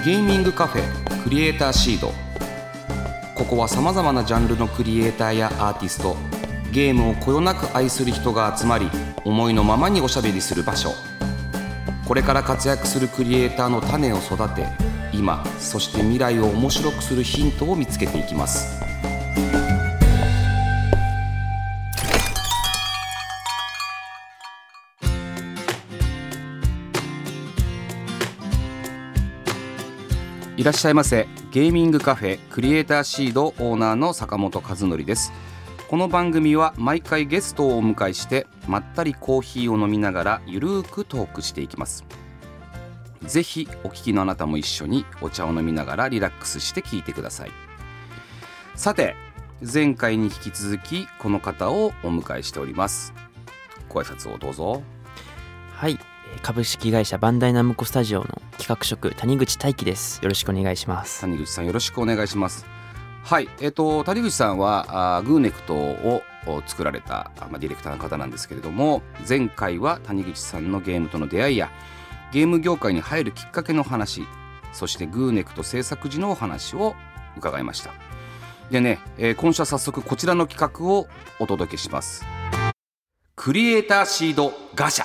ゲーミングカフェクリエイターシード。ここはさまざまなジャンルのクリエイターやアーティスト、ゲームをこよなく愛する人が集まり、思いのままにおしゃべりする場所。これから活躍するクリエイターの種を育て、今そして未来を面白くするヒントを見つけていきます。いらっしゃいませ。ゲーミングカフェクリエイターシードオーナーの坂本和則です。この番組は毎回ゲストをお迎えして、まったりコーヒーを飲みながらゆるーくトークしていきます。ぜひお聞きのあなたも一緒にお茶を飲みながらリラックスして聞いてください。さて、前回に引き続きこの方をお迎えしております。ご挨拶をどうぞ。 はい、株式会社バンダイナムコスタジオの企画職谷口大輝です。よろしくお願いします。 谷口さん、よろしくお願いします。はい、谷口さんはグーネクトを作られたディレクターの方なんですけれども、前回は谷口さんのゲームとの出会いやゲーム業界に入るきっかけの話、そしてグーネクト制作時のお話を伺いました。でね、今週は早速こちらの企画をお届けします。クリエイターシードガシャ。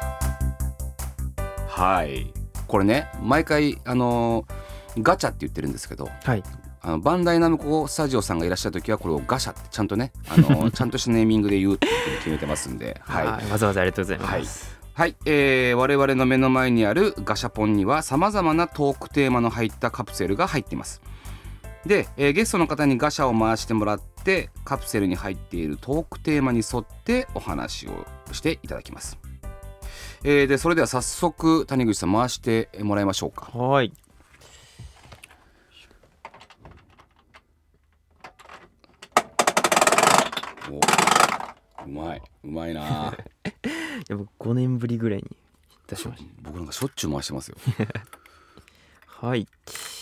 はい、これね、毎回ガチャって言ってるんですけど、 はい、 バンダイナムコスタジオさんがいらっしゃるときはこれをガシャってちゃんとねちゃんとしたネーミングで言うって決めてますんで、はい、 わざわざありがとうございます。 はい、我々の目の前にあるガシャポンにはさまざまなトークテーマの入ったカプセルが入っています。で、ゲストの方にガシャを回してもらって、カプセルに入っているトークテーマに沿ってお話をしていただきます。でそれでは早速谷口さん回してもらいましょうか。 はい。 うまいなやっぱ5年ぶりぐらいに出しました。 僕なんかしょっちゅう回してますよはい。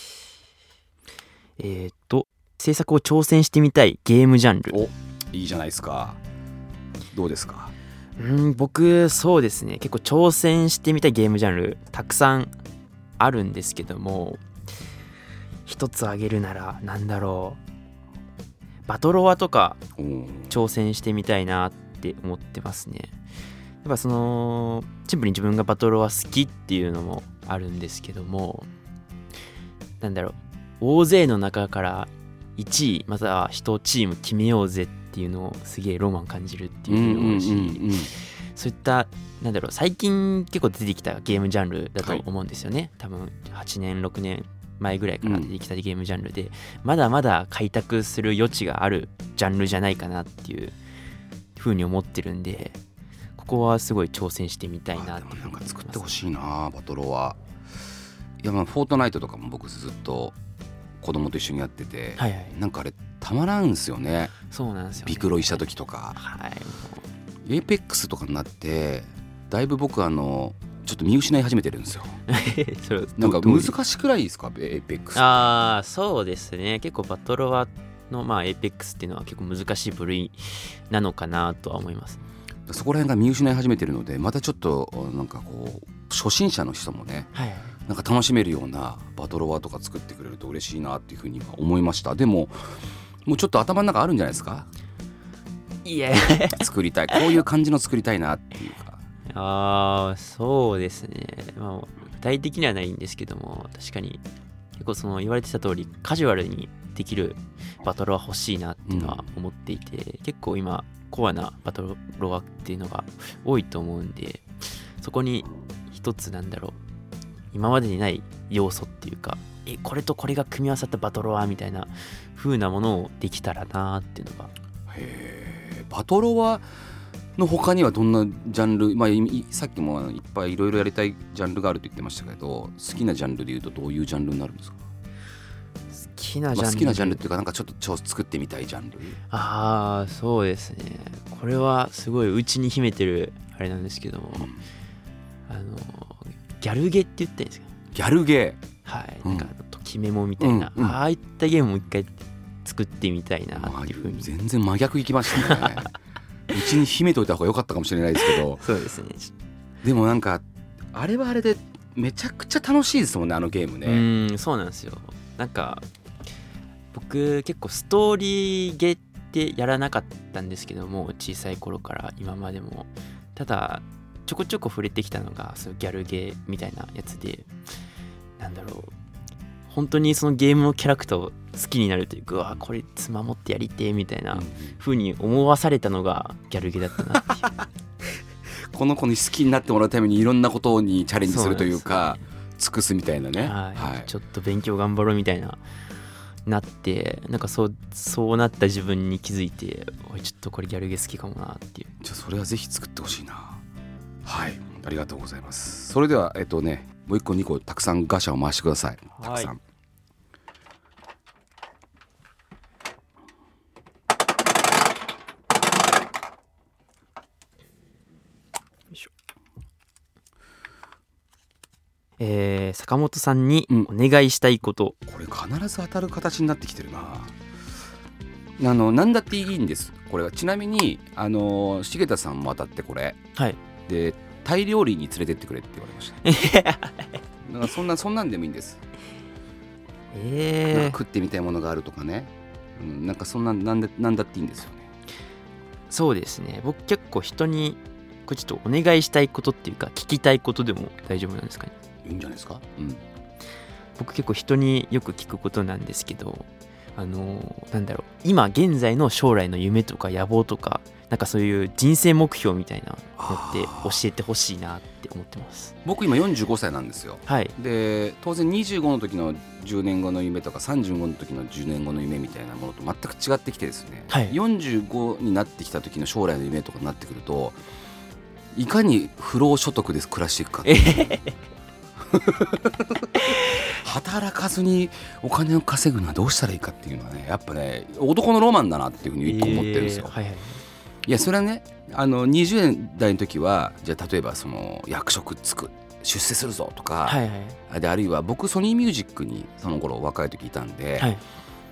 制作を挑戦してみたいゲームジャンル。 いいじゃないですか。どうですか？ 僕そうですね、結構挑戦してみたいゲームジャンルたくさんあるんですけども、一つ挙げるならなんだろう、バトロワとか挑戦してみたいなって思ってますね。やっぱシンプルに自分がバトロワ好きっていうのもあるんですけども、なんだろう、大勢の中から1位または1チーム決めようぜっていうのをすげえロマン感じるっていうふうに思うし、そういったなんだろう、最近結構出てきたゲームジャンルだと思うんですよね、はい、多分8年6年前ぐらいから出てきたゲームジャンルで、まだまだ開拓する余地があるジャンルじゃないかなっていうふうに思ってるんで、ここはすごい挑戦してみたいなって。 なんか作ってほしいな、バトロワ。いや、フォートナイトとかも僕ずっと子供と一緒にやってて、はいはい、なんかあれたまらんすよね。 そうなんですよね。 ビクロイした時とか、 はい、 エイペックスとかになってだいぶ僕ちょっと見失い始めてるんですよなんか難しくないですか、エイペックス。 そうですね、結構バトロワのエイペックスっていうのは結構難しい部類なのかなとは思います。 そこら辺が見失い始めてるので、またちょっとなんかこう初心者の人もね、はい、なんか楽しめるようなバトロワとか作ってくれると嬉しいなっていうふうには思いました。でももうちょっと頭の中あるんじゃないですか。 いや作りたい、こういう感じの作りたいなっていうか。 そうですね、具体的にはないんですけども、確かに結構言われてた通りカジュアルにできるバトロワ欲しいなっていうのは思っていて、結構今コアなバトロワっていうのが多いと思うんで、そこに一つなんだろう、今までにない要素っていうか、これとこれが組み合わさったバトロワみたいな風なものをできたらなっていうのが。 バトロワの他にはどんなジャンル、さっきもいっぱいいろいろやりたいジャンルがあると言ってましたけど、好きなジャンルでいうとどういうジャンルになるんですか？ 好きなジャンルっていうか、 なんかちょっと作ってみたいジャンル。 そうですね、これはすごい内に秘めてるあれなんですけども、ギャルゲーって言ってるんですか？ ギャルゲー、はい、なんかときメモみたいな、ああいったゲームを一回作ってみたいなっていう風に。 全然真逆いきましたねうちに秘めておいた方が良かったかもしれないですけど。 そうですね。 でもなんかあれはあれでめちゃくちゃ楽しいですもんね、あのゲームね。 そうなんですよ。なんか僕結構ストーリーゲーってやらなかったんですけども、小さい頃から今までも。ただちょこちょこ触れてきたのがそういうギャルゲーみたいなやつで、なんだろう、本当にそのゲームのキャラクターを好きになるというか、うわこれつまもってやりてみたいな風に思わされたのがギャルゲーだったなっていうこの子に好きになってもらうためにいろんなことにチャレンジするというか、尽くすみたいなね。 はい、ちょっと勉強頑張ろうみたいなって、なんかそうなった自分に気づいて、おいちょっとこれギャルゲー好きかもなっていう。 じゃあそれはぜひ作ってほしいな。はい、ありがとうございます。それではもう1個2個たくさんガシャを回してください。たくさん、 はい、坂本さんにお願いしたいこと、 これ必ず当たる形になってきてるな。何だっていいんです、これは。ちなみに重田さんも当たってこれ、 はい、 でタイ料理に連れてってくれって言われましただからそんなんでもいいんです。なんか食ってみたいものがあるとかね、なんかそんなんだっていいんですよね。 そうですね、僕結構人にこれちょっとお願いしたいことっていうか聞きたいことでも大丈夫なんですかね。 いいんじゃないですか。 僕結構人によく聞くことなんですけど、なんだろう、今現在の将来の夢とか野望とか、なんかそういう人生目標みたいなのって教えてほしいなって思ってます。 僕今45歳なんですよ。 はい。 で当然25の時の10年後の夢とか35の時の10年後の夢みたいなものと全く違ってきてですね、 はい、 45になってきた時の将来の夢とかになってくると、いかに不労所得で暮らしていくか働かずにお金を稼ぐのはどうしたらいいかっていうのはね、やっぱね男のロマンだなっていうふうに一個思ってるんですよ。 はいはい、 いやそれはね、20年代の時はじゃあ例えばその役職出世するぞとか、 はいはい、 であるいは僕ソニーミュージックにその頃若い時いたんで、 はい、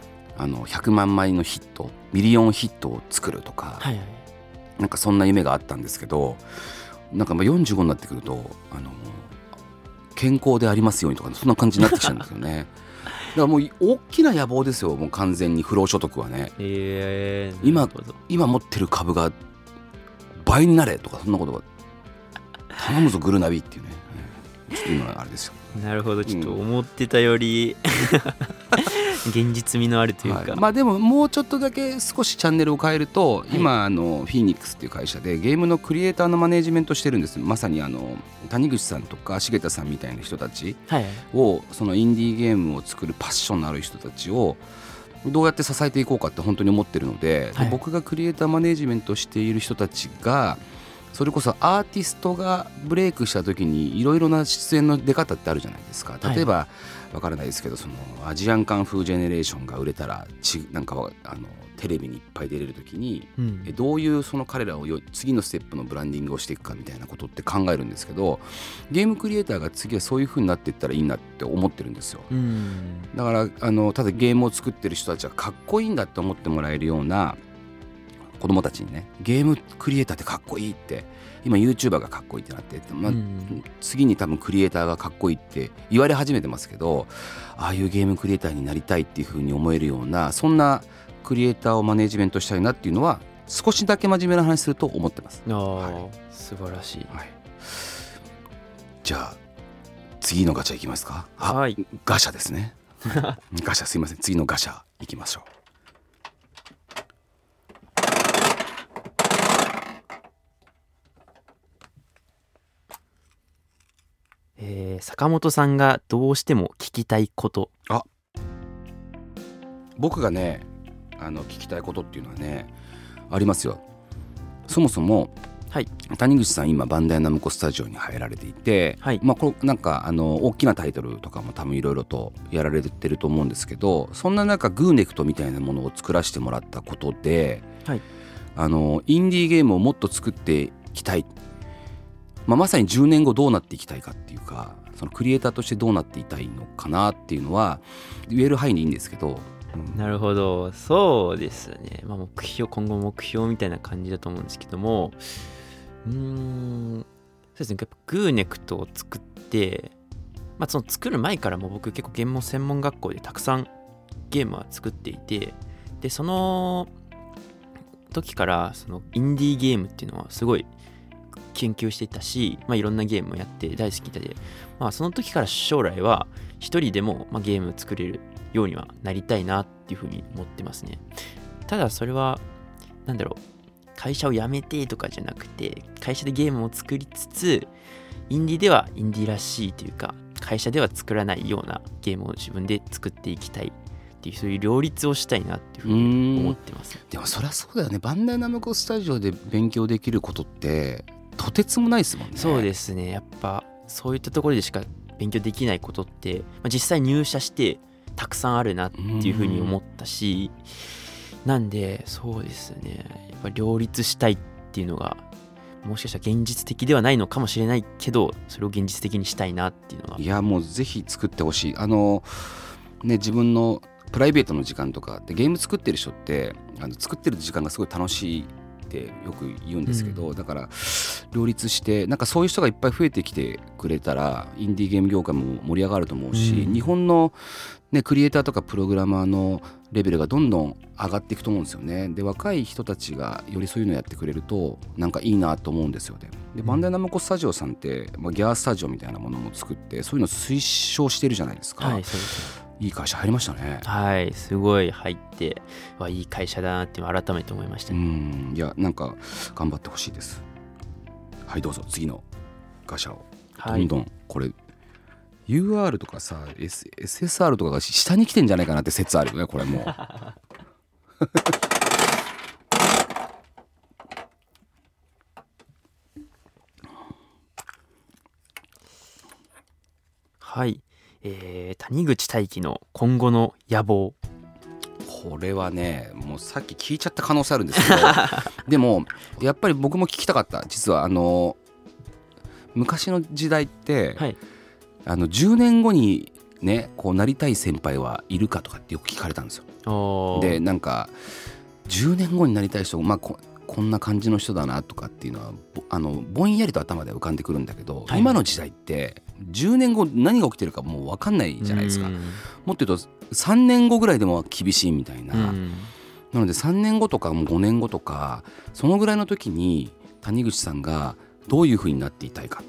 100万枚のヒットミリオンヒットを作るとか、 はいはい、 なんかそんな夢があったんですけど、なんか45になってくると健康でありますようにとかそんな感じになってきちゃうんですよねだからもう大きな野望ですよ、もう完全に不労所得はね。今持ってる株が倍になれとかそんなことが頼むぞグルナビっていうね、ちょっと今あれですよ。 なるほど、ちょっと思ってたより、現実味のあるというか、 まあでももうちょっとだけ少しチャンネルを変えると、今フィーニックスっていう会社でゲームのクリエイターのマネジメントしてるんです。まさに谷口さんとか重田さんみたいな人たちを、そのインディーゲームを作るパッションのある人たちをどうやって支えていこうかって本当に思ってるので、僕がクリエイターマネジメントしている人たちがそれこそアーティストがブレイクした時にいろいろな出演の出方ってあるじゃないですか。例えば、わからないですけど、そのアジアンカンフージェネレーションが売れたらなんかテレビにいっぱい出れる時に、どういうその彼らを次のステップのブランディングをしていくかみたいなことって考えるんですけど、ゲームクリエイターが次はそういう風になっていったらいいなって思ってるんですよ。だからただゲームを作ってる人たちはかっこいいんだって思ってもらえるような子供たちにね、ゲームクリエイターってかっこいいって、今 YouTuber がかっこいいってなって、次に多分クリエイターがかっこいいって言われ始めてますけど、ああいうゲームクリエイターになりたいっていう風に思えるような、そんなクリエイターをマネジメントしたいなっていうのは少しだけ真面目な話すると思ってます。 素晴らしい、 じゃあ次のガチャいきますか。ガシャですねガシャ、すいません、次のガシャいきましょう。 坂本さんがどうしても聞きたいこと。 僕がね聞きたいことっていうのはねありますよ。そもそも、谷口さん今バンダイナムコスタジオに入られていて、これなんか大きなタイトルとかも多分いろいろとやられてると思うんですけど、そんな中グーネクトみたいなものを作らせてもらったことで、インディーゲームをもっと作っていきたい、まさに10年後どうなっていきたいかっていうか、そのクリエイターとしてどうなっていたいのかなっていうのは言える範囲でいいんですけど、 なるほど、そうですね。今後目標みたいな感じだと思うんですけども、そうですね、やっぱグーネクトを作ってその作る前からも僕結構ゲーム専門学校でたくさんゲームは作っていて、でその時からそのインディーゲームっていうのはすごい研究していたし、いろんなゲームをやって大好きで、その時から将来は一人でもゲーム作れるようにはなりたいなっていうふうに思ってますね。ただそれは会社を辞めてとかじゃなくて、会社でゲームを作りつつインディーではインディーらしいというか、会社では作らないようなゲームを自分で作っていきたいっていう、そういう両立をしたいなっていうふうに思ってます。 でもそりゃそうだよね。バンダイナムコスタジオで勉強できることってとてつもないですもんね。 そうですね。やっぱそういったところでしか勉強できないことって、実際入社してたくさんあるなっていうふうに思ったし、なんでそうですね、やっぱ両立したいっていうのがもしかしたら現実的ではないのかもしれないけど、それを現実的にしたいなっていうのが。 いやもうぜひ作ってほしい。自分のプライベートの時間とかでゲーム作ってる人って作ってる時間がすごい楽しいってよく言うんですけど、だから両立してそういう人がいっぱい増えてきてくれたらインディーゲーム業界も盛り上がると思うし、日本の、クリエイターとかプログラマーのレベルがどんどん上がっていくと思うんですよね。で若い人たちがよりそういうのやってくれるといいなと思うんですよね。でバンダイナムコスタジオさんって、ギャースタジオみたいなものも作ってそういうのを推奨してるじゃないですか。 はい、そうです。 いい会社入りましたね。 はい、すごい入っていい会社だなって改めて思いましたね。 いや頑張ってほしいです。はい、どうぞ次の会社を、どんどんこれ UR とかさ、SSR とかが下に来てんじゃないかなって説あるよねこれもうはい、谷口大輝の今後の野望。 これはねもうさっき聞いちゃった可能性あるんですけどでもやっぱり僕も聞きたかった。実は昔の時代って、10年後にねなりたい先輩はいるかとかってよく聞かれたんですよ。で10年後になりたい人、こんな感じの人だなとかっていうのはぼんやりと頭で浮かんでくるんだけど、今の時代って10年後何が起きてるかもう分かんないじゃないですか。もっと言うと3年後ぐらいでも厳しいみたいな。なので3年後とかも5年後とかそのぐらいの時に谷口さんがどういう風になっていたいか。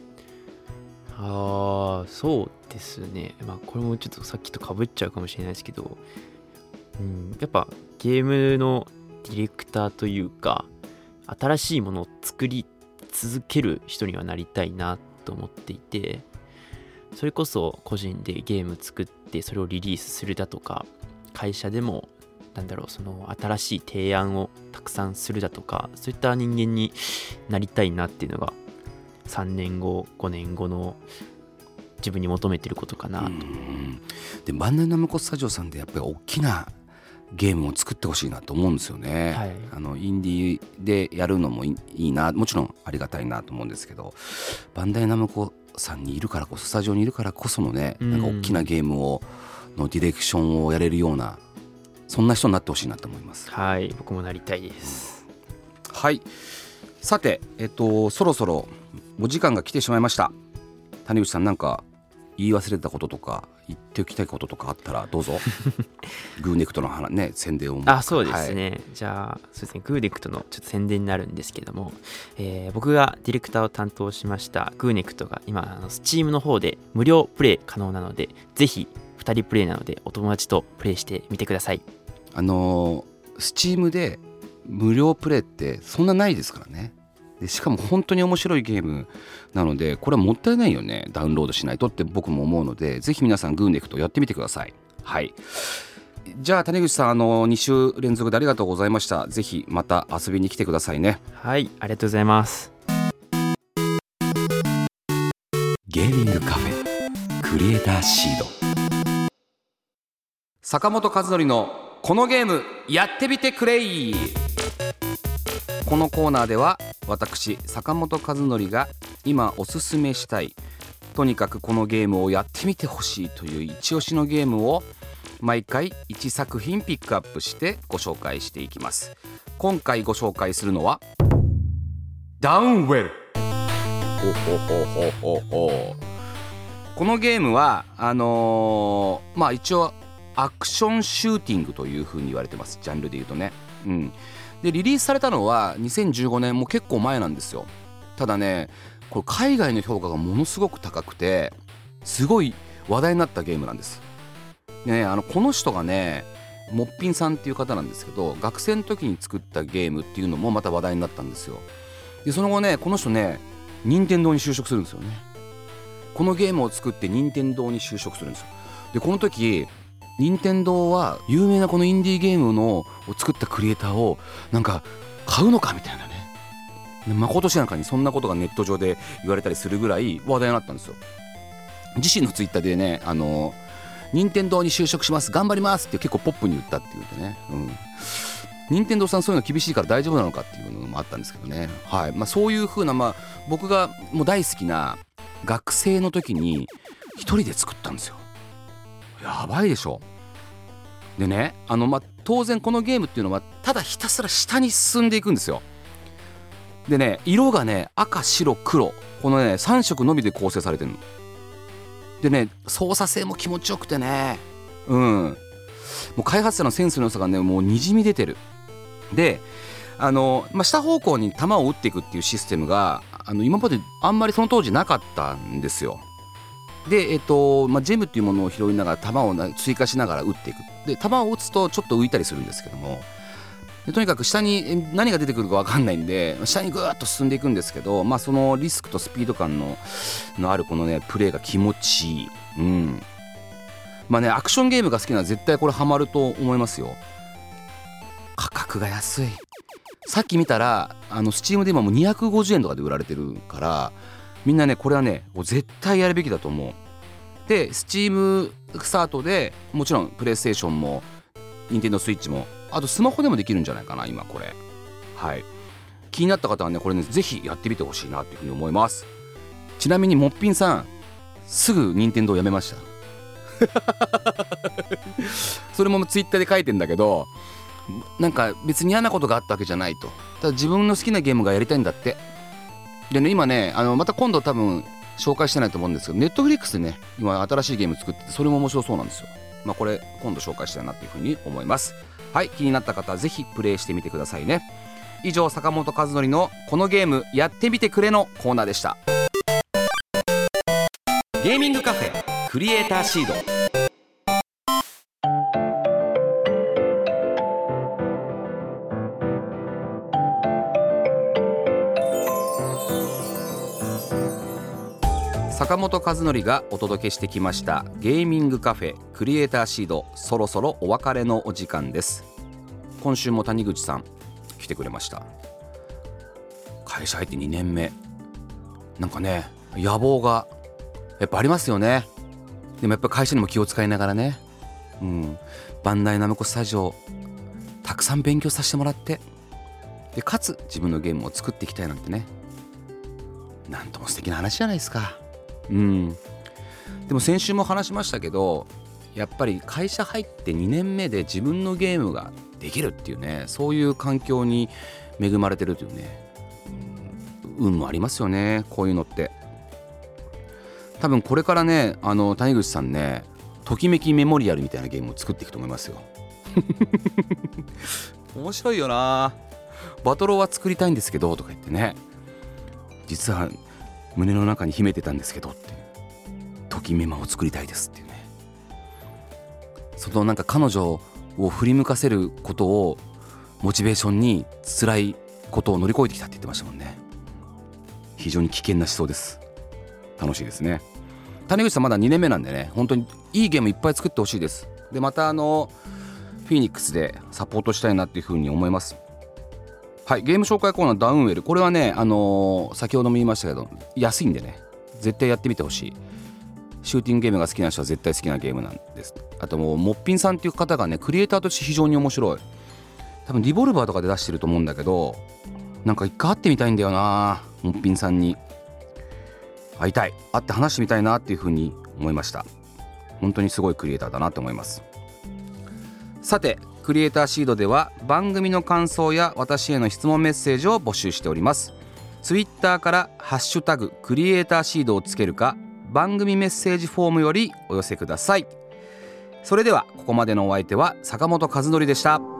そうですね。これもちょっとさっきと被っちゃうかもしれないですけど、やっぱゲームのディレクターというか新しいものを作り続ける人にはなりたいなと思っていて、それこそ個人でゲーム作ってそれをリリースするだとか、会社でもその新しい提案をたくさんするだとか、そういった人間になりたいなっていうのが3年後5年後の自分に求めてることかなと。 でバンダイナムコスタジオさんでやっぱり大きなゲームを作ってほしいなと思うんですよね。インディーでやるのもいいな、もちろんありがたいなと思うんですけど、バンダイナムコさんにいるからこそ、スタジオにいるからこそのね、大きなゲームのディレクションをやれるような、そんな人になってほしいなと思います。 はい、僕もなりたいです。 はい、さて、そろそろお時間が来てしまいました。谷口さん言い忘れたこととか言っておきたいこととかあったらどうぞグーネクトの宣伝を。 そうですね、じゃあそうですね、グーネクトのちょっと宣伝になるんですけども、僕がディレクターを担当しましたグーネクトが今Steam の方で無料プレイ可能なので、ぜひ2人プレイなのでお友達とプレイしてみてください。 Steam で無料プレイってそんなないですからね。でしかも本当に面白いゲームなので、これはもったいないよね、ダウンロードしないとって僕も思うので、ぜひ皆さんグーネクトやってみてください。はい、じゃあ谷口さん2週連続でありがとうございました。ぜひまた遊びに来てくださいね。 はい、ありがとうございます。 ゲーミングカフェクリエイターシード、坂本和則のこのゲームやってみてくれい。このコーナーでは私坂本和則が今おすすめしたい、とにかくこのゲームをやってみてほしいという一押しのゲームを毎回1作品ピックアップしてご紹介していきます。今回ご紹介するのはダウンウェル。 このゲームはまあ一応アクションシューティングという風に言われてます、ジャンルで言うとね。でリリースされたのは2015年、もう結構前なんですよ。ただねこれ海外の評価がものすごく高くてすごい話題になったゲームなんです。でね、この人がねもっぴんさんっていう方なんですけど、学生の時に作ったゲームっていうのもまた話題になったんですよ。でその後ねこの人ね任天堂に就職するんですよね。このゲームを作って任天堂に就職するんですよ。でこの時任天堂は有名なこのインディーゲームを作ったクリエイターをなんか買うのかみたいなね、まことしやかにそんなことがネット上で言われたりするぐらい話題になったんですよ。自身のツイッターでね任天堂に就職します頑張りますって結構ポップに言ったって言ってね、任天堂さんそういうの厳しいから大丈夫なのかっていうのもあったんですけどね。はい、そういう風な僕がもう大好きな学生の時に一人で作ったんですよ。やばいでしょ。でね当然このゲームっていうのはただひたすら下に進んでいくんですよ。でね色がね赤白黒このね3色のみで構成されてるのでね、操作性も気持ちよくてね、もう開発者のセンスの良さがねもうにじみ出てる。で下方向に弾を撃っていくっていうシステムが今まであんまりその当時なかったんですよ。でジェムっていうものを拾いながら弾を追加しながら撃っていく。で弾を撃つとちょっと浮いたりするんですけども、でとにかく下に何が出てくるか分かんないんで下にぐーっと進んでいくんですけど、そのリスクとスピード感のあるこのねプレーが気持ちいい。アクションゲームが好きなら絶対これハマると思いますよ。価格が安い。さっき見たらスチームで今もう250円とかで売られてるから、みんなねこれはね絶対やるべきだと思う。でスチームスタートでもちろんプレイステーションもニンテンドースイッチもあとスマホでもできるんじゃないかな今これ。はい、気になった方はねこれねぜひやってみてほしいなというふうに思います。ちなみにもっぴんさんすぐニンテンドーやめましたそれもツイッターで書いてんだけど、なんか別に嫌なことがあったわけじゃないと。ただ自分の好きなゲームがやりたいんだって。でね今ねまた今度多分紹介してないと思うんですけど、ネットフリックスでね今新しいゲーム作っててそれも面白そうなんですよ。これ今度紹介したいなというふうに思います。はい、気になった方はぜひプレイしてみてくださいね。以上坂本和則のこのゲームやってみてくれのコーナーでした。ゲーミングカフェクリエイターシード。坂本和則がお届けしてきましたゲーミングカフェクリエイターシード、そろそろお別れのお時間です。今週も谷口さん来てくれました。会社入って2年目、なんかね野望がやっぱありますよね。でもやっぱ会社にも気を使いながらね、バンダイナムコスタジオたくさん勉強させてもらって、でかつ自分のゲームを作っていきたいなんてね、なんとも素敵な話じゃないですか。でも先週も話しましたけど、やっぱり会社入って2年目で自分のゲームができるっていうね、そういう環境に恵まれてるというね、運もありますよね、こういうのって。多分これからね谷口さんね、ときめきメモリアルみたいなゲームを作っていくと思いますよ面白いよな。バトロは作りたいんですけどとか言ってね、実は胸の中に秘めてたんですけどっていう、ときメモを作りたいですっていうね、そのなんか彼女を振り向かせることをモチベーションに辛いことを乗り越えてきたって言ってましたもんね。非常に危険な思想です。楽しいですね。谷口さんまだ2年目なんでね、本当にいいゲームいっぱい作ってほしいです。でまたフィニックスでサポートしたいなっていうふうに思います。はい、ゲーム紹介コーナーダウンウェル、これはね先ほども言いましたけど安いんでね、絶対やってみてほしい。シューティングゲームが好きな人は絶対好きなゲームなんです。あともっぴんさんっていう方がねクリエイターとして非常に面白い。多分リボルバーとかで出してると思うんだけど、なんか一回会ってみたいんだよな。もっぴんさんに会いたい、会って話してみたいなっていう風に思いました。本当にすごいクリエイターだなと思います。さてクリエイターシードでは番組の感想や私への質問メッセージを募集しております。ツイッターからハッシュタグクリエイターシードをつけるか番組メッセージフォームよりお寄せください。それではここまでのお相手は坂本和則でした。